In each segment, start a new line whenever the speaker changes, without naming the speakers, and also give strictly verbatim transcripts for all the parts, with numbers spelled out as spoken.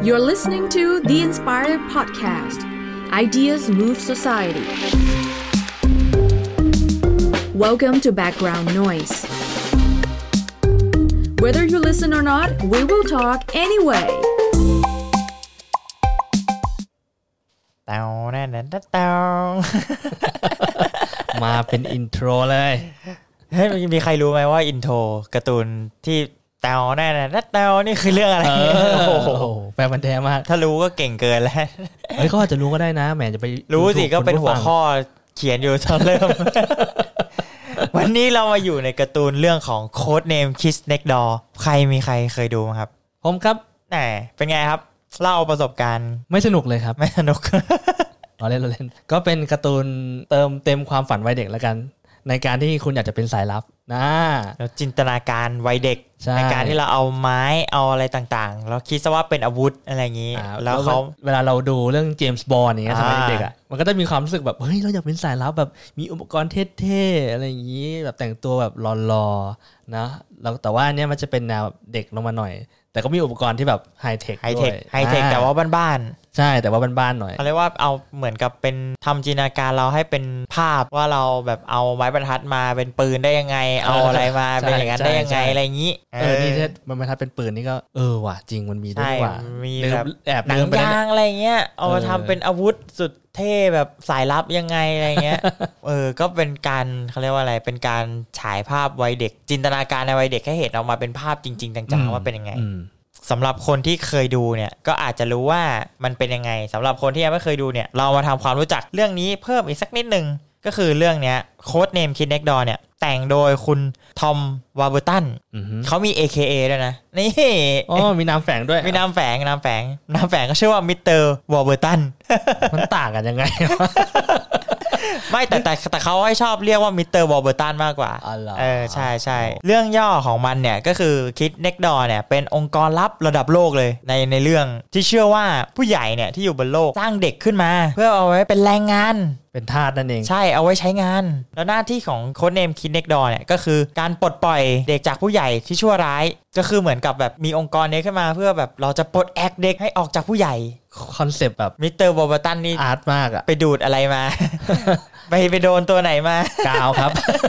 You're listening to The Inspired Podcast. Ideas Move Society. Welcome to Background Noise. Whether you listen or not, we will talk anyway.
เต้าแน่นๆเต้า
มาเป็นอินโทรเลย
เฮ้ยมีใครรู้ไหมว่าอินโทรการ์ตูนที่เต้าแน่นๆเต้านี่คือเรื่องอะไร
โอ้โหแปลมันแท้มาก
ถ้ารู้ก็เก่งเกินแล้ว
เฮ้ยก็อาจจะรู้ก็ได้นะแหมจะไป
รู้สิก็เป็นหัวข้อเขียนอยู่ตอนเริ่ม วันนี้เรามาอยู่ในการ์ตูนเรื่องของ Codename Kids Next Door ใครมีใครเคยดูมั้ยครับ
ผมครับ
แหมเป็นไงครับเล่าประสบการณ์
ไม่สนุกเลยครับ
ไม่สนุก
เราเล่นเราเล่นก็เป็นการ์ตูนเติมเต็มความฝันวัยเด็กแล้วกันในการที่คุณอยากจะเป็นสายลับนะ
แล้วจินตนาการวัยเด็ก ใ, ในการที่เราเอาไม้เอาอะไรต่างๆแล้วคิดซะว่าเป็นอาวุธอะไรอย่างนี้แล้วเขา
เวลาเราดูเรื่องเจมส์บอนด์อย่างเงี้ยสมัยเด็กอ่ะมันก็จะมีความรู้สึกแบบเฮ้ยเราอยากเป็นสายลับแบบมีอุปกรณ์เท่ๆอะไรอย่างนี้แบบแต่งตัวแบบหล่อๆนะแล้วแต่ว่าอันเนี้ยมันจะเป็นแนวเด็กลงมาหน่อยแต่ก็มีอุปกรณ์ที่แบบไฮเทคด้วย
ไฮเทคแต่ว่าบ้าน
ๆใช่แต่ว่าบ้านๆหน่อย
เขาเรียกว่าเอาเหมือนกับเป็นทำจินตนาการเราให้เป็นภาพว่าเราแบบเอาไม้บรรทัดมาเป็นปืนได้ยังไงเอาอะไรมาเป็นอย่างนั้นได้ยังไงอะไรอย่างนี้
เออนี่ถ้ามันบรรทัดเป็นปืนนี่ก็เออว่ะจริงมันมีด้วยว่ะ
มีแบบแอบหนังยางอะไรเงี้ยเอามาทำเป็นอาวุธสุดเท่แบบสายลับยังไงอะไรเงี้ยเออก็เป็นการเขาเรียกว่าอะไรเป็นการฉายภาพวัยเด็กจินตนาการในวัยเด็กให้เห็นออกมาเป็นภาพจริงๆจังๆว่าเป็นยังไงสำหรับคนที่เคยดูเนี่ยก็อาจจะรู้ว่ามันเป็นยังไงสำหรับคนที่ยังไม่เคยดูเนี่ยเรามาทำความรู้จักเรื่องนี้เพิ่มอีกสักนิดนึงก็คือเรื่องเนี้ย Codename Kids Next Door เนี่ยแต่งโดยคุณทอมวาร์เบอร์ตันเขามี เอ เค เอ ด้วยนะนี่
อ๋อมีนามแฝงด้วย
มีนามแฝงนามแฝงนามแฝงก็ชื่อว่ามิสเตอร์วาร์เบอร์ตัน
มันต่างกันยังไง
ไม่แต่แต่แต่เขาให้ชอบเรียกว่ามิสเตอร์วอลเบอร์ตันมากกว่าเออใช่ใช่เรื่องย่อของมันเนี่ยก็คือ Kids Next Door เนี่ยเป็นองค์กรลับระดับโลกเลยในในเรื่องที่เชื่อว่าผู้ใหญ่เนี่ยที่อยู่บนโลกสร้างเด็กขึ้นมาเพื่อเอาไว้เป็นแรงงาน
เป็นทาสนั่นเอง
ใช่เอาไว้ใช้งานแล้วหน้าที่ของ Codename Kids Next Door เนี่ยก็คือการปลดปล่อยเด็กจากผู้ใหญ่ที่ชั่วร้ายก็คือเหมือนกับแบบมีองค์กรนี้ขึ้นมาเพื่อแบบเราจะปลดแอกเด็กให้ออกจากผู้ใหญ่
คอนเซปต์แบบ
มิสเตอร์วอลเบอร์ตันนี่
อาร์ตมากอะ
ไปดูดอะไรมา ไปไปโดนตัวไหนม
ากาวครับ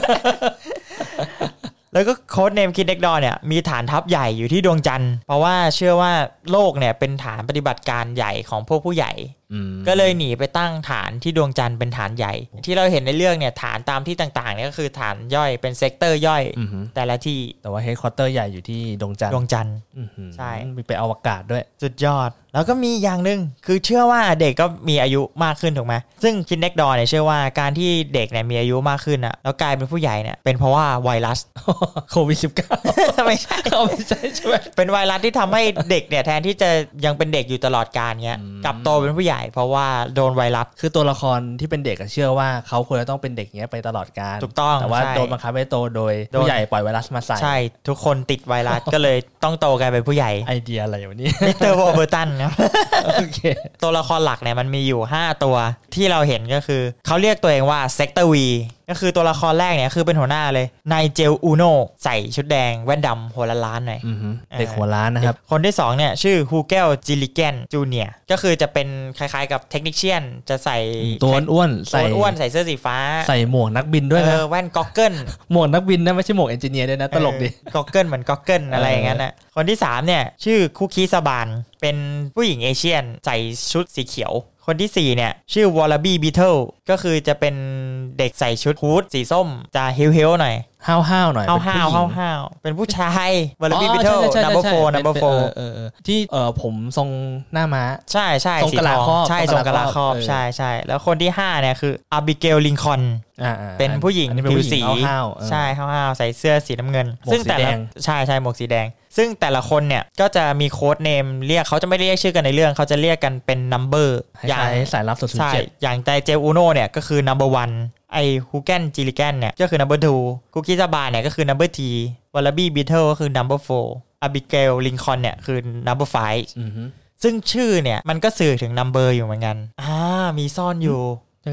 แล้วก็ Codename Kids Next Door เนี่ยมีฐานทัพใหญ่อยู่ที่ดวงจันทร์เพราะว่าเชื่อว่าโลกเนี่ยเป็นฐานปฏิบัติการใหญ่ของพวกผู้ใหญ่ก็เลยหนีไปตั้งฐานที่ดวงจันทร์เป็นฐานใหญ่ที่เราเห็นในเรื่องเนี่ยฐานตามที่ต่างๆเนี่ยก็คือฐานย่อยเป็นเซกเตอร์ย่อยแต่ละที่
แต่ว่าเฮดควอเตอร์ใหญ่อยู่ที่ดวงจันทร์
ดวงจันทร์ใช่
มีไปอวกาศด้วย
สุดยอดแล้วก็มีอย่างนึงคือเชื่อว่าเด็กก็มีอายุมากขึ้นถูกไหมซึ่ง Kids Next Door เนี่ยเชื่อว่าการที่เด็กเนี่ยมีอายุมากขึ้นอ่ะแล้วกลายเป็นผู้ใหญ่เนี่ยเป็นเพราะว่าไวรัส
โควิด สิบเก้า
ไม่ใช่ไม่ใช่ใช่ไหมเป็นไวรัสที่ทำให้เด็กเนี่ยแทนที่จะยังเป็นเด็กอยู่ตลอดกาลเงี้ยกลับโตเป็นผู้ใหญ่เพราะว่าโดนไวรัส
คือตัวละครที่เป็นเด็กเชื่อว่าเขาควรจะต้องเป็นเด็กเงี้ยไปตลอดกาล
ถูกต้อง
แต่ว่าโดนบังคับให้โตโดยผู้ใหญ่ปล่อยไวรัสมาใส่
ใช่ทุกคนติดไวรัสก็เลยต้องโตกลายเป็นผู้ใหญ่
ไอเดียอะไรอย่างนี้
มิสเตอร์วอลเบอร์ตันครับโอเคตัวละครหลักเนี่ยมันมีอยู่ห้าตัวที่เราเห็นก็คือเขาเรียกตัวเองว่าเซกเตอร์ V ก็คือตัวละครแรกเนี่ยคือเป็นหัวหน้าเลยนายเจลอูโนใส่ชุดแดงแว่นดำหัวล้านๆหน่อย
เด็กหัวล้านนะครับ
คนที่สองเนี่ยชื่อฮูเกลจิลิแกนจูเนียร์ก็คือจะเป็นคล้ายๆกับเทคนิคเชียนจะใส่
ตัวอ้วนใส่
อ้วนใส่เสื้อสีฟ้า
ใส่หมวกนักบินด้วยนะ
แว่นก็อกเกิล
หมวกนักบินนะไม่ใช่หมวกเอนจิเนียร์ด้วยนะตลกดิ
ก็อกเกิลเหมือนก็อกเกิลอะไรอย่างนั้นนะคนที่สามเนี่ยชื่อคุคิซาบานเป็นผู้หญิงเอเชียนใส่ชุดสีเขียวคนที่สี่เนี่ยชื่อวอลลาบี้บีเทิลก็คือจะเป็นเด็กใส่ชุดฮูดสีส้มจะเฮลเฮลหน่อย
ห้าวห้าวหน่อย
ห้าวห้าวห้าวเป็นผู้ชายวอลลาบี้บีเทิล number four number four
ที่เอ่อผมทรงหน้าม้า
ใช่ใช่
ทรงกะลาครอบ
ใช่ทรงกะลาครอบใช่ใช่แล้วคนที่ห้าเนี่ยคืออาบิเกลลิงคอนเป็นผู้หญิงผิวสีใช่ห้าวๆใส่เสื้อสีน้ำเงินซึ่งแต่ละใช่ใช่หมวกสีแดงซึ่งแต่ละคนเนี่ยก็จะมีโค้ดเนมเรียกเขาจะไม่เรียกชื่อกันในเรื่องเขาจะเรียกกันเป็นนัมเบอร์
อย่างสายลับศูนย์ศูนย์เจ็ด
อย่างใจเจลอูโนเนี่ยก็คือ number one ไอฮูแกนจิลิแกนเนี่ยก็คือ number two คุกกี้ซาบาเนี่ยก็คือ number three วอลลาบี้บีเทิลก็คือ number four อาบิเกลลิงคอนเนี่ยคือ number five ซึ่งชื่อเนี่ยมันก็สื่อถึง number อยู่เหมือนกันอ่ามีซ่อนอยู่
ยังไงนะ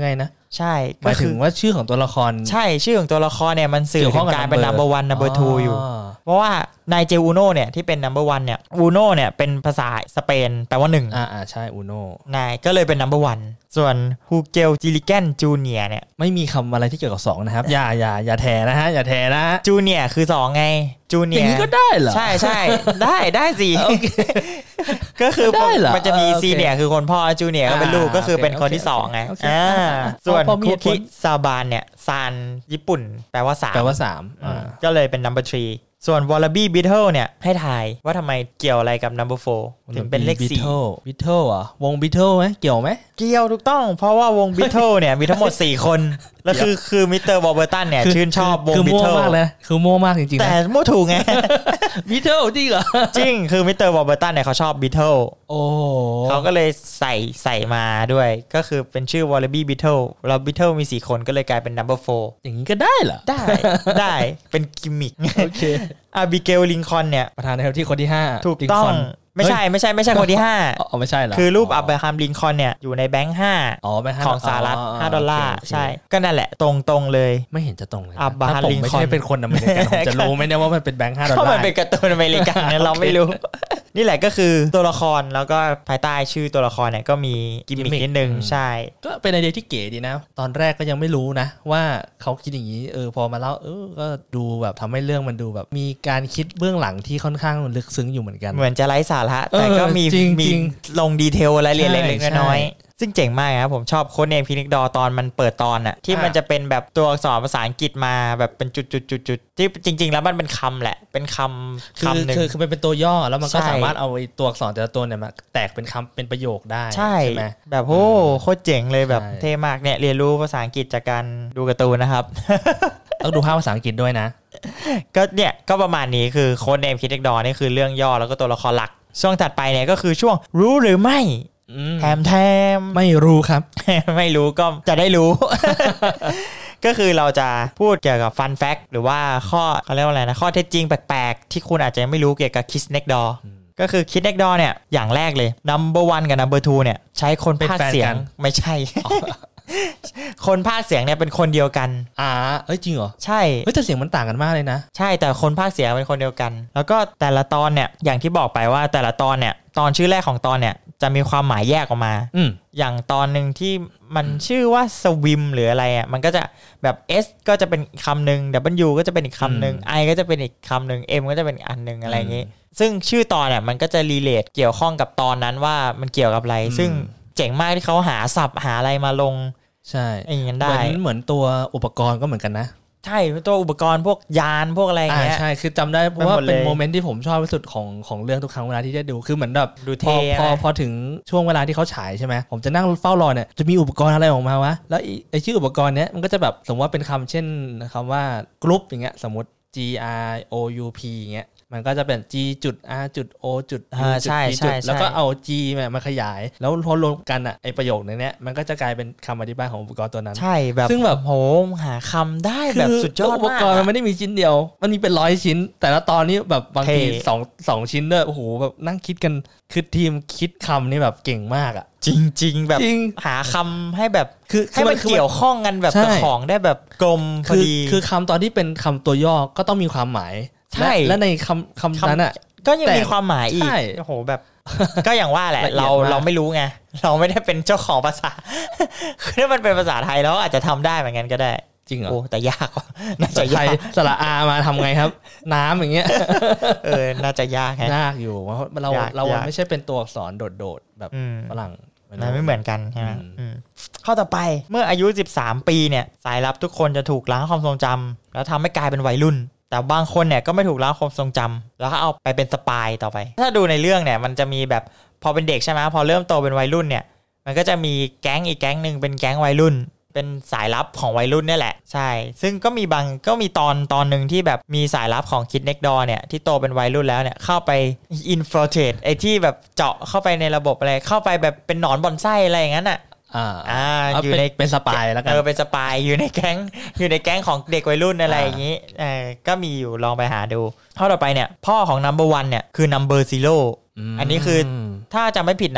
ใช่
หมายถึงว่าชื่อของตัวละคร
ใช่ชื่อของตัวละครเนี่ยมันสื่อถึงการเป็น number one number two อยู่เพราะว่านายเจอูโน่เนี่ยที่เป็น number one เนี่ยอูโน่เนี่ยเป็นภาษาสเปนแปลว่าหนึ่ง
อ่าๆใช่อูโน่
นายก็เลยเป็น number one ส่วนฮูเกลจิลิแกนจูเนียเนี่ย
ไม่มีคำอะไรที่เกี่ยวกับสองนะครับอย่าอย่าอย่าแถนะฮะอย่าแถนะ
จูเนียคือสองไงจูเนีย
อย่างนี้ก็ได้เหรอ
ใช่ใช่ได้ได้สิก็คือมันจะมีซีเนียคือคนพ่อจูเนียก็เป็นลูกก็คือเป็นคนที่สองไงอ่าส่วนคุคิซาบานเนี่ยซานญี่ปุ่นแปลว่าสาม
แปลว่าสาม
ก็เลยเป็น number three ส่วน Wallaby Beetle เนี่ยให้ทายว่าทำไมเกี่ยวอะไรกับ number four ถึงเป็นเลขสี่
Beetle อ่ะวง Beetle ไหมเกี่ยวไหม
เกี่ยวถูกต้องเพราะว่าวง Beetle เนี่ยมีทั้งหมดสี่คนแล้วคือคือมิสเตอร์บอเบอร์ตันเนี่ยชื่นชอบวง
Beetle คือมั่วมากเลยคือมั่วมากจริงๆ
แต่มั่วถูกไง
Beetle จริงเหรอ
จริงคือมิสเตอร์บอเบอร์ตันเนี่ยเขาชอบ Beetle
โอ้
เขาก็เลยใส่ใส่มาด้วยก็คือเป็นชื่อ Wallaby Beetle แล้ว Beetle มีสี่คนก็เลยกลายเป็น number four
อย่างนี้ก็ได้เหรอ
ได้ได้เป็นกิมมิค
โอเค
อาบิเกลลิงคอล์นเนี่ย
ประธานาธิบดีคนที่ห้า
ถูกต้องไม่ใช่ไม่ใช่ไม่ใช่คนที่ห้า
อ๋อไม่ใช่เหรอ
คือรูปอับราฮัมลิงคอล์นเนี่ยอยู่ในแบงค์ห้าของสหรัฐห้าดอลลาร์ใช่ก็นั่นแหละตรงๆเลย
ไม่เห็นจะตรงเลย
อับราฮัมลิงคอล์น
ไม่ใช่เป็นคนอเมริกันผมจะรู้ไหมเนี่ยว่ามันเป็นแบงค์ห้าดอลลาร์
เพราะมันเป็นการ์ตูนอเมริกันเนี่ยเราไม่รู้นี่แหละก็คือตัวละครแล้วก็ภายใต้ชื่อตัวละครเนี่ยก็มีกิมมิคนิดนึงใช่
ก็เป็นไอเดียที่เก๋ดีนะตอนแรกก็ยังไม่รู้นะว่าเขาคิดอย่างนี้เออพอมาเล่าเออก็ดูแบบทำให้เรื่องมันดูแบบมีการคิดเบื้องหลังที่ค่อนข้างลึกซึ้งอยู่เหมือนกัน
เหมือนจะไร้สาระแต่ก็มีมีลงดีเทลอะไรเล็กๆน้อยๆซึ่งเจ๋งมากครับผมชอบโค้ดเนมพินิกดอตอนมันเปิดตอนน่ะที่มันจะเป็นแบบตัวอักษรภาษาอังกฤษมาแบบเป็นจุดๆๆๆที่จริงๆแล้วมันเป็นคำแหละเป็นคำคำหนึ่ง
คือคือเป็นตัวย่อแล้วมันก็สามารถเอาตัวอักษรแต่ละตัวเนี่ยมาแตกเป็นคำเป็นประโยคได้
ใช่ไหมแบบโอ้โคตรเจ๋งเลยแบบเท่มากเนี่ยเรียนรู้ภาษาอังกฤษจากการดูการ์ตูนนะครับ
ต้องดูภาพภาษาอังกฤษด้วยนะ
ก็เนี่ยก็ประมาณนี้คือโค้ดเนมพินิกดอนี่คือเรื่องย่อแล้วก็ตัวละครหลักช่วงถัดไปเนี่ยก็คือช่วงรู้หรือไม่แถมแถม
ไม่รู้ครับ
ไม่รู้ก็จะได้รู้ ก็คือเราจะพูดเกี่ยวกับฟันแฟกต์หรือว่าข้อเขาเรียกว่าอะไรนะข้อเท็จจริงแปลกๆที่คุณอาจจะไม่รู้เกี่ยวกับ Kids Next Door ก็คือ Kids Next Door เนี่ยอย่างแรกเลย number one กับ number two เนี่ยใช้คนพากย์เสียงไม่ใช่ คนพากย์เสียงเนี่ยเป็นคนเดียวกัน
อ่าเอ้ยจริงเหรอ
ใช่
เฮ้ยแต่เสียงมันต่างกันมากเลยนะ
ใช่แต่คนพากย์เสียงเป็นคนเดียวกันแล้วก็แต่ละตอนเนี่ยอย่างที่บอกไปว่าแต่ละตอนเนี่ยตอนชื่อแรกของตอนเนี่ยจะมีความหมายแยกออกมา
อื
อย่างตอนนึงที่มันชื่อว่าสวิมหรืออะไรอ่ะมันก็จะแบบ S ก็จะเป็นคำหนึ่ง W ก็จะเป็นอีกคำหนึ่ง I ก็จะเป็นอีกคำหนึ่ง M ก็จะเป็นอีกอันหนึ่งอะไรอย่างงี้ซึ่งชื่อตอนเนี่ยมันก็จะรีเลทเกี่ยวข้องกับตอนนั้นว่ามันเกี่ยวกับอะไรซึ่งเจ๋งมากที่เขาหาศัพท์หาอะไรมาลง
ใช่
อย่างนั้นได้
เหมือนเหมือนตัวอุปกรณ์ก็เหมือนกันนะ
ใช่ตัวอุปกรณ์พวกยานพวกอะไรอย่างเงี้ย
ใช่คือจำได้เพราะว่าเป็นโมเมนต์ที่ผมชอบที่สุดของของเรื่องทุกครั้งเวลาที่ได้ดูคือเหมือนแบบพอพอพอถึงช่วงเวลาที่เขาฉายใช่ไหมผมจะนั่งเฝ้ารอเนี่ยจะมีอุปกรณ์อะไรออกมาวะแล้วไอชื่ออุปกรณ์เนี้ยมันก็จะแบบสมมติว่าเป็นคำเช่นคำว่ากรุ๊ปอย่างเงี้ยสมมติ G R O U P อย่างเงี้ยมันก็จะเป็น G จุด R จุด O จุด U จุด P จุดแล้วก็เอา G มาขยายแล้วพอรวมกันอ่ะไอประโยคนึงเนี้ยมันก็จะกลายเป็นคำอธิบายของอุปกรณ์ตัวนั้น
ใช่แบบ
ซึ่งแบบ
โหหาคำได้แบบสุดยอดมาก
อุปกรณ์มันไม่ได้มีชิ้นเดียวมันมีเป็นร้อยชิ้นแต่ละตอนนี้แบบบางทีสอง สองชิ้นด้วยโอ้โหแบบนั่งคิดกันคือทีมคิดคำนี่แบบเก่งมากอ่ะ
จริงๆแบบหาคำให้แบบคือให้มันเกี่ยวข้องกันแบบกับของได้แบบกลมพอดี
คือคำตอนที่เป็นคำตัวย่อก็ต้องมีความหมาย
ใช่
และในคำคำนั้นอ่ะ
ก็ยังมีความหมายอีกโอ้โหแบบก็อย่างว่าแหละเราเราไม่รู้ไงเราไม่ได้เป็นเจ้าของภาษาคือถ้ามันเป็นภาษาไทยเราอาจจะทำได้เหมือนกันก็ได้
จริงเหรอ
โอ้แต่ยากน่าจะยาก
สระอามาทำไงครับน้ำอย่างเงี้ย
เออน่าจะยาก
ยากอยู่เพราะเราเราไม่ใช่เป็นตัวอักษรโดดๆแบบฝรั่ง
มันไม่เหมือนกันใช่ไหมข้อต่อไปเมื่ออายุสิบสามปีเนี่ยสายลับทุกคนจะถูกล้างความทรงจำแล้วทำให้กลายเป็นวัยรุ่นแต่บางคนเนี่ยก็ไม่ถูกล้างความทรงจำแล้วก็เอาไปเป็นสปายต่อไปถ้าดูในเรื่องเนี่ยมันจะมีแบบพอเป็นเด็กใช่ไหมพอเริ่มโตเป็นวัยรุ่นเนี่ยมันก็จะมีแก๊งอีกแก๊งนึงเป็นแก๊งวัยรุ่นเป็นสายลับของวัยรุ่นนี่แหละใช่ซึ่งก็มีบางก็มีตอนตอนนึงที่แบบมีสายลับของ Kids Next Door เนี่ยที่โตเป็นวัยรุ่นแล้วเนี่ยเข้าไป infiltrate ไอ้ที่แบบเจาะเข้าไปในระบบอะไรเข้าไปแบบเป็นหนอนบอนไส้อะไรอย่างนั้นอ่ะ
อ่า
อ่าอยู่ใน
เป็นสปายแล้วกัน
เออเป็นสปายอยู่ในแก๊งอยู่ในแก๊งของเด็กวัยรุ่นอะไรอย่างงี้เออก็มีอยู่ลองไปหาดูข้อต่อไปเนี่ยพ่อของ number one เนี่ยคือ number zero อันนี้คือถ้าจำไม่ผิดนะ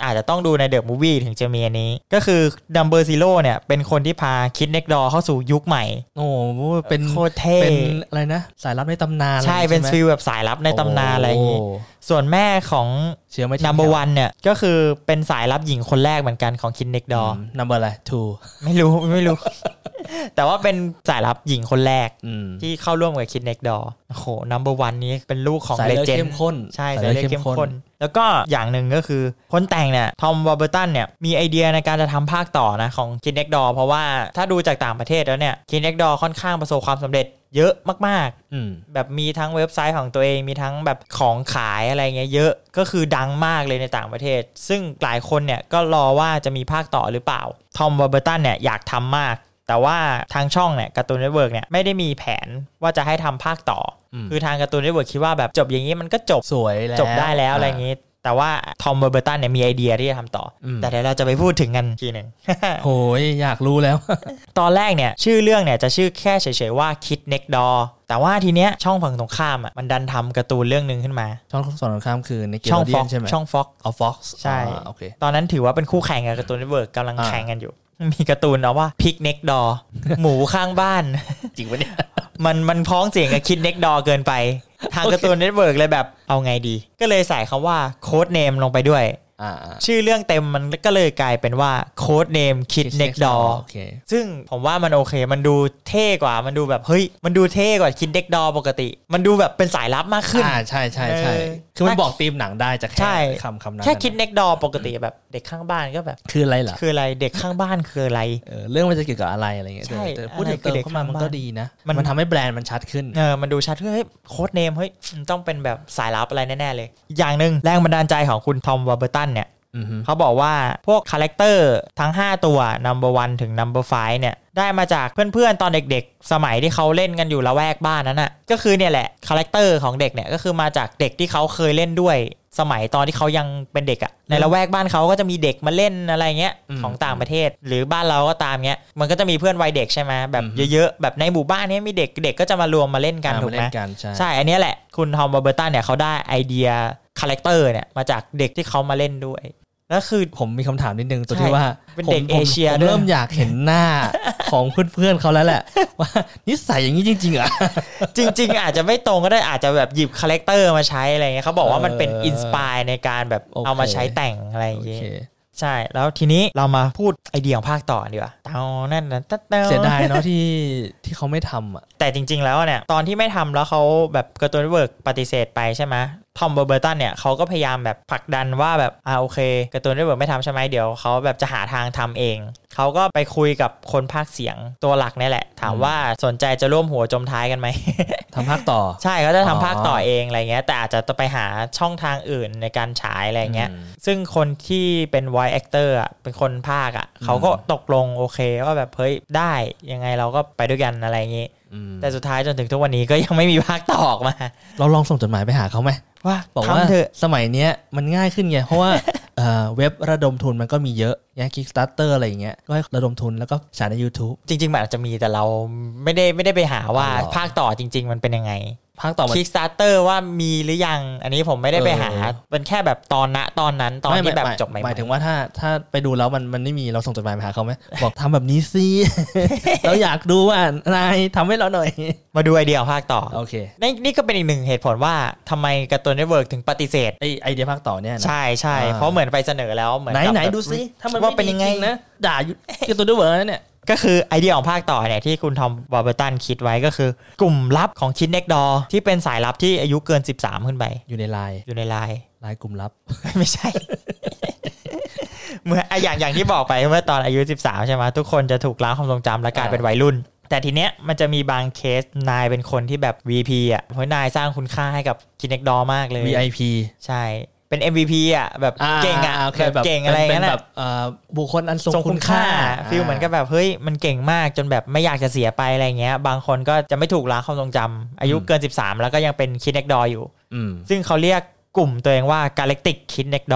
อาจจะต้องดูในเดอะมูฟวี่ถึงจะมีอันนี้ก็คือ Number Zero เนี่ยเป็นคนที่พา Kid Next Door เข้าสู่ยุคใหม่
โอ้เป็น
โคตรเท่
เป็นอะไรนะสายลับในตำนาน
ใช่เป็นฟีลแบบสายลับในตำนานอะไรอย่างงี้ส่วนแม่ของ Number One เนี่ยก็คือเป็นสายลับหญิงคนแรกเหมือนกันของ Kid Next Door
Number อะไร Two
ไม่รู้ไม่รู้ แต่ว่าเป็นสายลับหญิงคนแรกที่เข้าร่วมกับ Kid Next Door โอ้โห Number One นี้เป็นลูกของ Legend
เข้มข้น
ใช่สายเลือดเข้มข้นแล้วก็อย่างหนึ่งก็คือคนแต่งเนี่ยทอม วอร์เบอร์ตันเนี่ยมีไอเดียในการจะทำภาคต่อนะของ Kid Next Door เพราะว่าถ้าดูจากต่างประเทศแล้วเนี่ย Kid Next Door ค่อนข้างประสบความสำเร็จเยอะมากๆแบบมีทั้งเว็บไซต์ของตัวเองมีทั้งแบบของขายอะไรเงี้ยเยอะก็คือดังมากเลยในต่างประเทศซึ่งหลายคนเนี่ยก็รอว่าจะมีภาคต่อหรือเปล่าทอม วอร์เบอร์ตันเนี่ยอยากทำมากแต่ว่าทางช่องเนี่ยการ์ตูนเน็ตเวิร์กเนี่ยไม่ได้มีแผนว่าจะให้ทำภาคต่อคือทางการ์ตูนเน็ตเวิร์กคิดว่าแบบจบอย่างนี้มันก็จบ
สวยแล้ว
จบได้แล้วอะไรอย่างนี้แต่ว่าทอม วอร์เบอร์ตันเนี่ยมีไอเดียที่จะทำต่อแต่เดี๋ยวเราจะไปพูดถึงกันทีหนึ่ง
โหยอยากรู้แล้ว
ตอนแรกเนี่ยชื่อเรื่องเนี่ยจะชื่อแค่เฉยๆว่า Kid Next Door แต่ว่าทีเนี้ยช่องฝั่งตรงข้ามอ่ะมันดันทำการ์ตูนเรื่องนึงขึ้นมา
ช่องฝั่งตรงข้ามคือในเกม
ช่อง
Fox ใช่ไหม
ช่อง Fox
อ๋อ Fox
ใช่
โอเค
ตอนนั้นถือว่าเป็นคู่แข่งกับการ์ตูนเน็ตเวิร์กกำลังแข่งกันอยู่มีการ์ตูนเอาว่า Pig Next Door หมูข้างบ้าน
จริงปะเนี่ย
มันมันพ้องเสียงกับ Kid Next Door เกินไปทางการ์ตูนเน็ตเวิร์กเลยแบบเอาไงดีก็เลยใส่คำว่าโค้ดเนมลงไปด้วยชื่อเรื่องเต็มมันก็เลยกลายเป็นว่าโค้ดเนม Kid Next Door ซึ่งผมว่ามันโอเคมันดูเท่กว่ามันดูแบบเฮ้ยมันดูเท่กว่า Kid Next Door ปกติมันดูแบบเป็นสายลับมากขึ้น
อ่าใช่ใช่ใช่คือมันบอกธีมหนังได้จากแค่คำคำนั้น
แค่ Kid Next Door ปกติแบบเด็กข้างบ้านก็แบบ
คืออะไรล่ะ
คืออะไรเด็กข้างบ้านคืออะไร
เออเรื่องมันจะเกี่ยวกับอะไรอะไรเงี้ยแต่พูดถึงเติมเข้ามามันก็ดีนะมันทำให้แบรนด์มันชัดขึ้น
เออมันดูชัดขึ้นเฮ้ยโค้ดเนมเฮ้ยต้องเป็นแบบสายลับอะไรแน่ๆเลยอย่างนึงแรงบันดาลใจของคุณทอม วอร์เบอร์ตันเนี่ยเขาบอกว่าพวกคาแรคเตอร์ทั้งห้าตัว Number วันถึง Number ไฟว์เนี่ยได้มาจากเพื่อนๆตอนเด็กๆสมัยที่เขาเล่นกันอยู่ละแวกบ้านนั้นน่ะก็คือเนี่ยแหละคาแรคเตอร์ของเด็กเนี่ยก็คือมาจากเด็กที่เขาเคยเล่นด้วยสมัยตอนที่เขายังเป็นเด็กอ่ะในละแวกบ้านเขาก็จะมีเด็กมาเล่นอะไรเงี้ยของต่างประเทศหรือบ้านเราก็ตามเงี้ยมันก็จะมีเพื่อนวัยเด็กใช่ไหมแบบเยอะๆแบบในหมู่บ้านนี้มีเด็กเด็กก็จะมารวมมาเล่นกันถูกไหมใช่อันนี้แหละคุณทอม วอร์เบอร์ตันเนี่ยเขาได้ไอเดียคาแรคเตอร์เนี่ยมาจากเด็กที่เขามาเล่นด้วยแล้วคือ
ผมมีคำถามนิดนึงตัวที่ว่า
เป็นเด็กเอเชีย
เริ่มอยากเห็นหน้าของเพื่อนๆเขาแล้วแหละว่านิสัยอย่างนี้จริงๆอ่ะ
จริงๆอาจจะไม่ตรงก็ได้อาจจะแบบหยิบคาแรคเตอร์มาใช้อะไรเงี้ยเขาบอกว่ามันเป็นอินสปายในการแบบเอามาใช้แต่งอะไรอย่างเงี้ยใช่แล้วทีนี้เรามาพูดไอเดียของภาคต่อดีกว่าเอานั่นนะ
เสียดายเนาะที่ที่เขาไม่ทำอ่ะ
แต่จริงๆแล้วเนี่ยตอนที่ไม่ทำแล้วเขาแบบการ์ตูนเวิร์กปฏิเสธไปใช่ไหมทอม วอร์เบอร์ตันเนี่ยเขาก็พยายามแบบผลักดันว่าแบบอ่าโอเคการ์ตูนเน็ตเวิร์กไม่ทำใช่ไหมเดี๋ยวเขาแบบจะหาทางทำเองเขาก็ไปคุยกับคนพากย์เสียงตัวหลักนี่แหละถามว่าสนใจจะร่วมหัวจมท้ายกันไหม
ทำภาคต่อ
ใช่เขาจะทำภาคต่อเองอะไรเงี้ยแต่อาจจะต้องไปหาช่องทางอื่นในการฉายอะไรเงี้ยซึ่งคนที่เป็น voice actor อ่ะเป็นคนพากย์อ่ะเขาก็ตกลงโอเคว่าแบบเฮ้ยได้ยังไงเราก็ไปด้วยกันอะไรอย่างงี้แต่สุดท้ายจนถึงทุกวันนี้ก็ยังไม่มีภาคต่อออกมา
เราลองส่งจดหมายไปหาเขาไหม
ว่า
บอกว่าสมัยเนี้ยมันง่ายขึ้นไงเพราะว่า เว็บระดมทุนมันก็มีเยอะอย่าง Kickstarter อะไรอย่างเงี้ยก็ให้ระดมทุนแล้วก็ฉายใน YouTube
จริงๆมันอาจจะมีแต่เราไม่ได้ไม่ได้ไปหาว่าภาคต่อจริงๆมันเป็นยังไง
ภาคต่อ
Kickstarter ว่ามีหรือยังอันนี้ผมไม่ได้ไปหาเป็นแค่แบบตอนณตอนนั้นตอนที่แบบจบใหม่ๆ
หมายถึงว่าถ้าถ้าไปดูแล้วมันมันไม่มีเราส่งจดหมายไปหาเขาไหมบอกทำแบบนี้สิเราอยากดูว่านายทำให้เราหน่อย
มาดูไอเดียภาคต่อ
โอเค
นี่นี่ก็เป็นอีกหนึ่งเหตุผลว่าทำไมการ์ตูนเน็ตเวิร์กถึงปฏิเสธ
ไอไอเดียภาคต่อเนี่ย
ใช่ใช่เพราะเหมือนไปเสนอแล้วเหมือน
ไหนไหนดูซิถ้ามัน
ว่าเป็นยังไง
นะด่าการ์ตูนเน็ตเวิร์กนั่นเนี่ย
ก็คือไอเดียของภาคต่อเนี่ยที่คุณทอม วอร์เบอร์ตันคิดไว้ก็คือกลุ่มลับของ Kid Next Door ที่เป็นสายลับที่อายุเกินสิบสามขึ้นไป
อยู่ในไลน์
อยู่ในไลน์
ไลน์กลุ่มลับ
ไม่ใช่ เมื่ออย่างอย่างที่บอกไปเมื่อตอนอายุสิบสามใช่ไหมทุกคนจะถูกล้างความทรงจำและกลายเป็นวัยรุ่นแต่ทีเนี้ยมันจะมีบางเคสนายเป็นคนที่แบบ วี พี อ่ะเพราะนายสร้างคุณค่าให้กับ Kid Next Door มากเลย
วี ไอ พี
ใช่เป็น เอ็ม วี พี อ่ะแบบเก่งอ่ะแบบเก่งอะไรงั้นแบบ
บุคคลอันทรงคุณค่า
ฟีลเหมือนกับแบบเฮ้ยมันเก่งมากจนแบบไม่อยากจะเสียไปอะไรเงี้ยบางคนก็จะไม่ถูกล้างความทรงจำอายุเกินสิบสามแล้วก็ยังเป็น Kid Next Door อยู่ซึ่งเขาเรียกกลุ่มตัวเองว่า Galactic Kid Next Door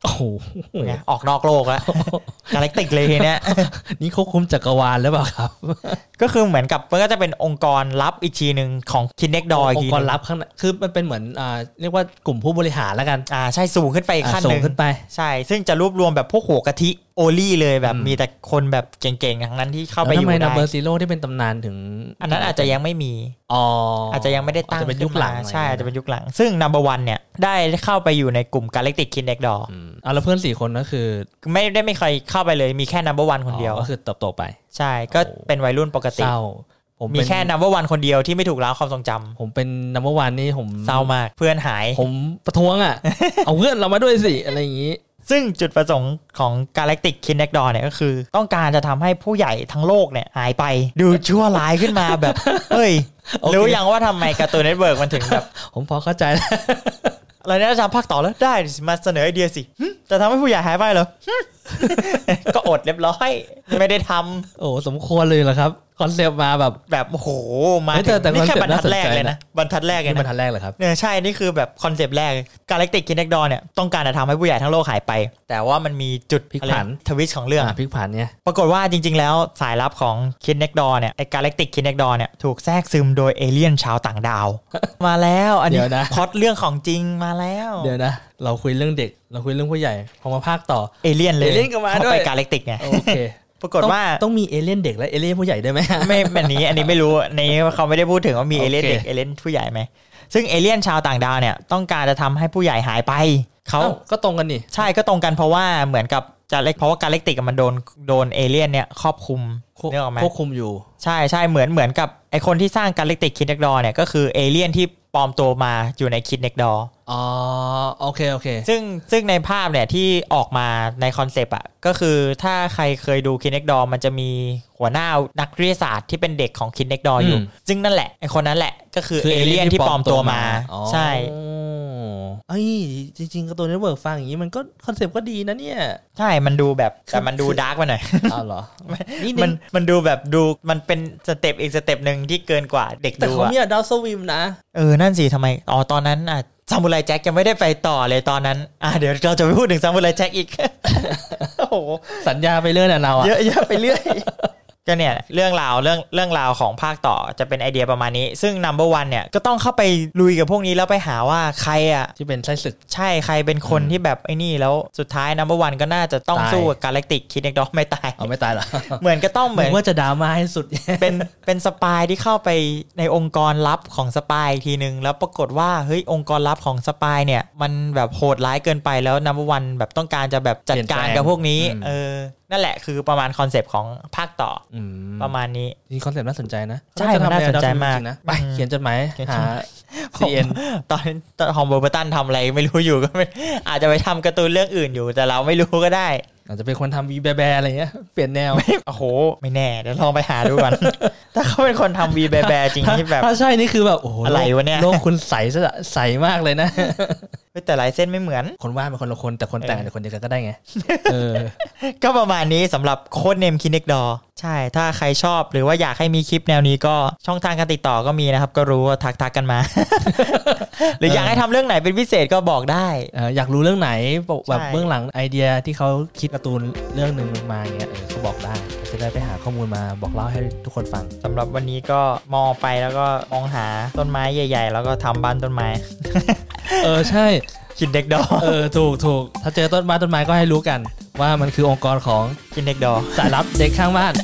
โอ้โห
ออกนอกโลกแล้ว กาแล็กติกเลยเนี่ย
นี่ควบคุมจักรวาลหรือเปล่าครับ
ก็คือเหมือนกับมันก็จะเป็นองค์กรลับอีกทีนึงของ Kinect Door อีกทีนึง
องค์กรลับข้างคือมันเป็นเหมือนอ่าเรียกว่ากลุ่มผู้บริหารแล้วกัน
อ่าใช่สูงขึ้นไปอีกขั้นนึง
สูงขึ้นไป
ใช่ซึ่งจะรวบรวมแบบพวกหัวกะทิโอลี่เลยแบบมีแต่คนแบบเก่งๆทั้งนั้นที่เข้าไปอยู่ได้
แล้วทำไม Number Zero ที่เป็นตำนานถึง
อันนั้นอาจจะยังไม่มี
อ๋อ
อาจจะยังไม่ได้ตั้ง
จะเป็นยุคหลัง
ใช่อาจจะเป็นยุคหลังซึ่ง Number วันเนี่ยได้เข้าไปอยู่ในกลุ่ม Galactic Kinect Door
อ่าแล้วเพื่อนสี่คนก็คือ
ไม่ได้ไม่เคยเข้าไปเลยมีแค่ Number วันคนเดียว
ก็คือเติบโตไป
ใช่ก็เป็นวัยรุ่นปกติมีแค่ Number วันคนเดียวที่ไม่ถูกล้างความทรงจำ
ผมเป็น Number วันนี่ผม
เศร้ามากเพื่อนหาย
ผมประท้วงอ่ะ เอาเพื่อนเรามาด้วยสิอะไรอย่างนี้
ซึ่งจุดประสงค์ของ Galactic Kinect Door เนี่ยก็คือต้องการจะทำให้ผู้ใหญ่ทั้งโลกเนี่ยหายไปดูชั่วร้ายขึ้นมาแบบเฮ้ย okay. รู้ยังว่าทำไมการ์ตูนเน็ตเวิร์กมันถึงแบบ
ผมพอเข้าใจแล้ว
อะไรเนี่ยจะทำภาคต่อแล้วได้มาเสนอไอเดียสิจะทำให้ผู้ใหญ่หายไปเหรอ ก็อดเรียบร้อยไม่ได้ทำ
โอ้สมควรเลยเหรอครับคอนเซปต์มาแบบ
แบบโอ้โหมานี่แค่บรรทัดแรกเลยนะบรรทัดแรกเลยนะ
บรรทัดแรกเลยครับ
เนี่ยใช่นี่คือแบบคอนเซปต์แรก Galactic Kinect Door เนี่ยต้องการจะทำให้ผู้ใหญ่ทั้งโลกหายไปแต่ว่ามันมีจุด
พลิกผัน
ทวิสต์ของเรื่อง
พลิกผันเนี่ย
ปรากฏว่าจริงๆแล้วสายลับของ Kinect Door เนี่ยไอ้ Galactic Kinect Door เนี่ยถูกแทรกซึมโดยเอเลี่ยนชาวต่างดาวมาแล้วอันนี้พล็อตเรื่องของจริงมาแล้ว
เดี๋ยวนะเราคุยเรื่องเด็กเราคุยเรื่องผู้ใหญ่พอมาภาคต่อ
เอเลี่ยนเลย
เอเลี่ยนก็มาด้วย
เข้าไป Galactic ไง
โอเค
ปรากฏว่า
ต้องมีเอเลี่ยนเด็กและเอเลี่ยนผู้ใหญ่ด้วยไหม
ไม่แบบนี้อันนี้ไม่รู้ในเขาไม่ได้พูดถึงว่ามีเอเลี่ยนเด็กเอเลี่ยนผู้ใหญ่ไหมซึ่งเอเลี่ยนชาวต่างดาวเนี่ยต้องการจะทำให้ผู้ใหญ่หายไปเขา
ก็ตรงกันนี่
ใช่ก็ตรงกันเพราะว่าเหมือนกับจะเล็กเพราะว่ากาแล็กติกมันโดนโดนเอเลี่ยนเนี่ยครอบคุม
นึกออกไหมควบคุมอยู่
ใช่ใช่เหมือนเหมือนกับไอคนที่สร้าง Galactic Kinect Door เนี่ยก็คือเอเลี่ยนที่ปลอมตัวมาอยู่ใน Kinect Door
อ๋อโอเคโอเค
ซึ่งซึ่งในภาพเนี่ยที่ออกมาในคอนเซปต์อ่ะก็คือถ้าใครเคยดู Kinect Door มันจะมีหัวหน้านักวิทยาศาสตร์ที่เป็นเด็กของ Kinect Door อยู่ซึ่งนั่นแหละไอคนนั้นแหละก็คือเอเลี่ยนที่ปลอมตัวมาใช่
เอ้ยจริงๆการ์ตูนเน็ตเวิร์กฟังอย่างนี้มันก็คอนเซปต์ก็ดีนะเนี่ย
ใช่มันดูแบบแต่มันดูดาร์กไปหน่อย
อ้าวเหรอ
มันมันดูแบบดูมันเป็นสเต็ปอีกสเต็ปนึงที่เกินกว่าเด็กดู
แต่เขามีดาวสวิมนะ
เออนั่นสิทำไมอ๋อตอนนั้นอ่ะซามูไรแจ็คยังไม่ได้ไปต่อเลยตอนนั้นอ่ะเดี๋ยวเราจะไปพูดถึงซามูไรแจ็คอีกโอ้โห
สัญญาไปเรื่อยนะเราอ่ะ
เยอะๆไปเรื่อยก็เนี่ยเรื่องราวเรื่องเรื่องราวของภาคต่อจะเป็นไอเดียประมาณนี้ซึ่ง Number วันเนี่ยก็ต้องเข้าไปลุยกับพวกนี้แล้วไปหาว่าใครอ่ะ
ที่เป็นไส้ศึก
ใช่ใครเป็นคนที่แบบไอ้นี่แล้วสุดท้าย Number วันก็น่าจะต้องสู้กับ Galactic Kinect Door ไม่ตาย
เอาไม่ตายหรอ
เหมือนก็ต้องเหมือน
ว่าจะดราม่าให้สุด
เป็นเป็นสปายที่เข้าไปในองค์กรลับของสปายทีนึงแล้วปรากฏว่าเฮ้ยองค์กรลับของสปายเนี่ยมันแบบโหดร้ายเกินไปแล้ว Number วันแบบต้องการจะแบบจัดการกับพวกนี้เออนั่นแหละคือประมาณคอนเซปต์ของภาคต่อประมาณนี้
นี่คอนเซปต์น่าสนใจนะ
ใช่น่าสนใจมาก
นะไปเขียนจดหมายหา ซี เอ็น
ตอนตอนฮอมเบอร์เบอร์ตันทำอะไรไม่รู้อยู่ก็ไม่อาจจะไปทำการ์ตูนเรื่องอื่นอยู่แต่เราไม่รู้ก็ได้
อาจจะเป็นคนทำวีแบแบอะไรเงี้ยเปลี่ยนแนว
โอ้โหไม่แน่เดี๋ยวลองไปหาดูก่อนถ้าเขาเป็นคนทำวีแบแบจริงที่แบบ
ถ้าใช่นี่คือแบบโอ้โห
อะไรวะเนี่ย
โลกคุณใสใสมากเลยนะ
แต่ลายเส้นไม่เหมือน
คนวาดเป็นคนละคนแต่คนแต่งเป็นคนเดียวกันก็ได้ไงเออ
ก็ประมาณนี้สำหรับโค้ดเนม Kinect Door ใช่ถ้าใครชอบหรือว่าอยากให้มีคลิปแนวนี้ก็ช่องทางการติดต่อก็มีนะครับก็รู้ว่าทักทักกันมาหรืออยากให้ทำเรื่องไหนเป็นพิเศษก็บอกได้
อยากรู้เรื่องไหนแบบเบื้องหลังไอเดียที่เขาคิดการ์ตูนเรื่องนึงมาอย่างเงี้ยเขาบอกได้จะได้ไปหาข้อมูลมาบอกเล่าให้ทุกคนฟัง
สำหรับวันนี้ก็มองไปแล้วก็มองหาต้นไม้ใหญ่ๆแล้วก็ทำบ้านต้นไม้
เออใช่
Kinect Door
เออถูกถูกถ้าเจอต้นไม้ต้นไม้ก็ให้รู้กันว่ามันคือองค์กรของ
Kinect Door
สายลับเด็กข้างบ้าน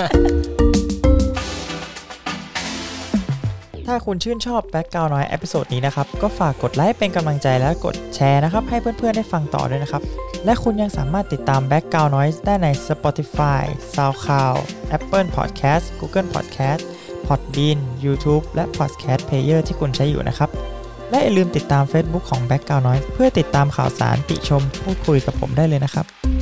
ถ้าคุณชื่นชอบแบ็คกราวด์น้อยเอพิโซดนี้นะครับก็ฝากกดไลค์เป็นกำลังใจและกดแชร์นะครับให้เพื่อนๆได้ฟังต่อด้วยนะครับและคุณยังสามารถติดตามแบ็คกราวด์น้อยได้ใน Spotify, SoundCloud, Apple Podcast, Google Podcast, Podbean, YouTube และ Podcast Player ที่คุณใช้อยู่นะครับและอย่าลืมติดตาม Facebook ของ Background Noise เพื่อติดตามข่าวสารติชมพูดคุยกับผมได้เลยนะครับ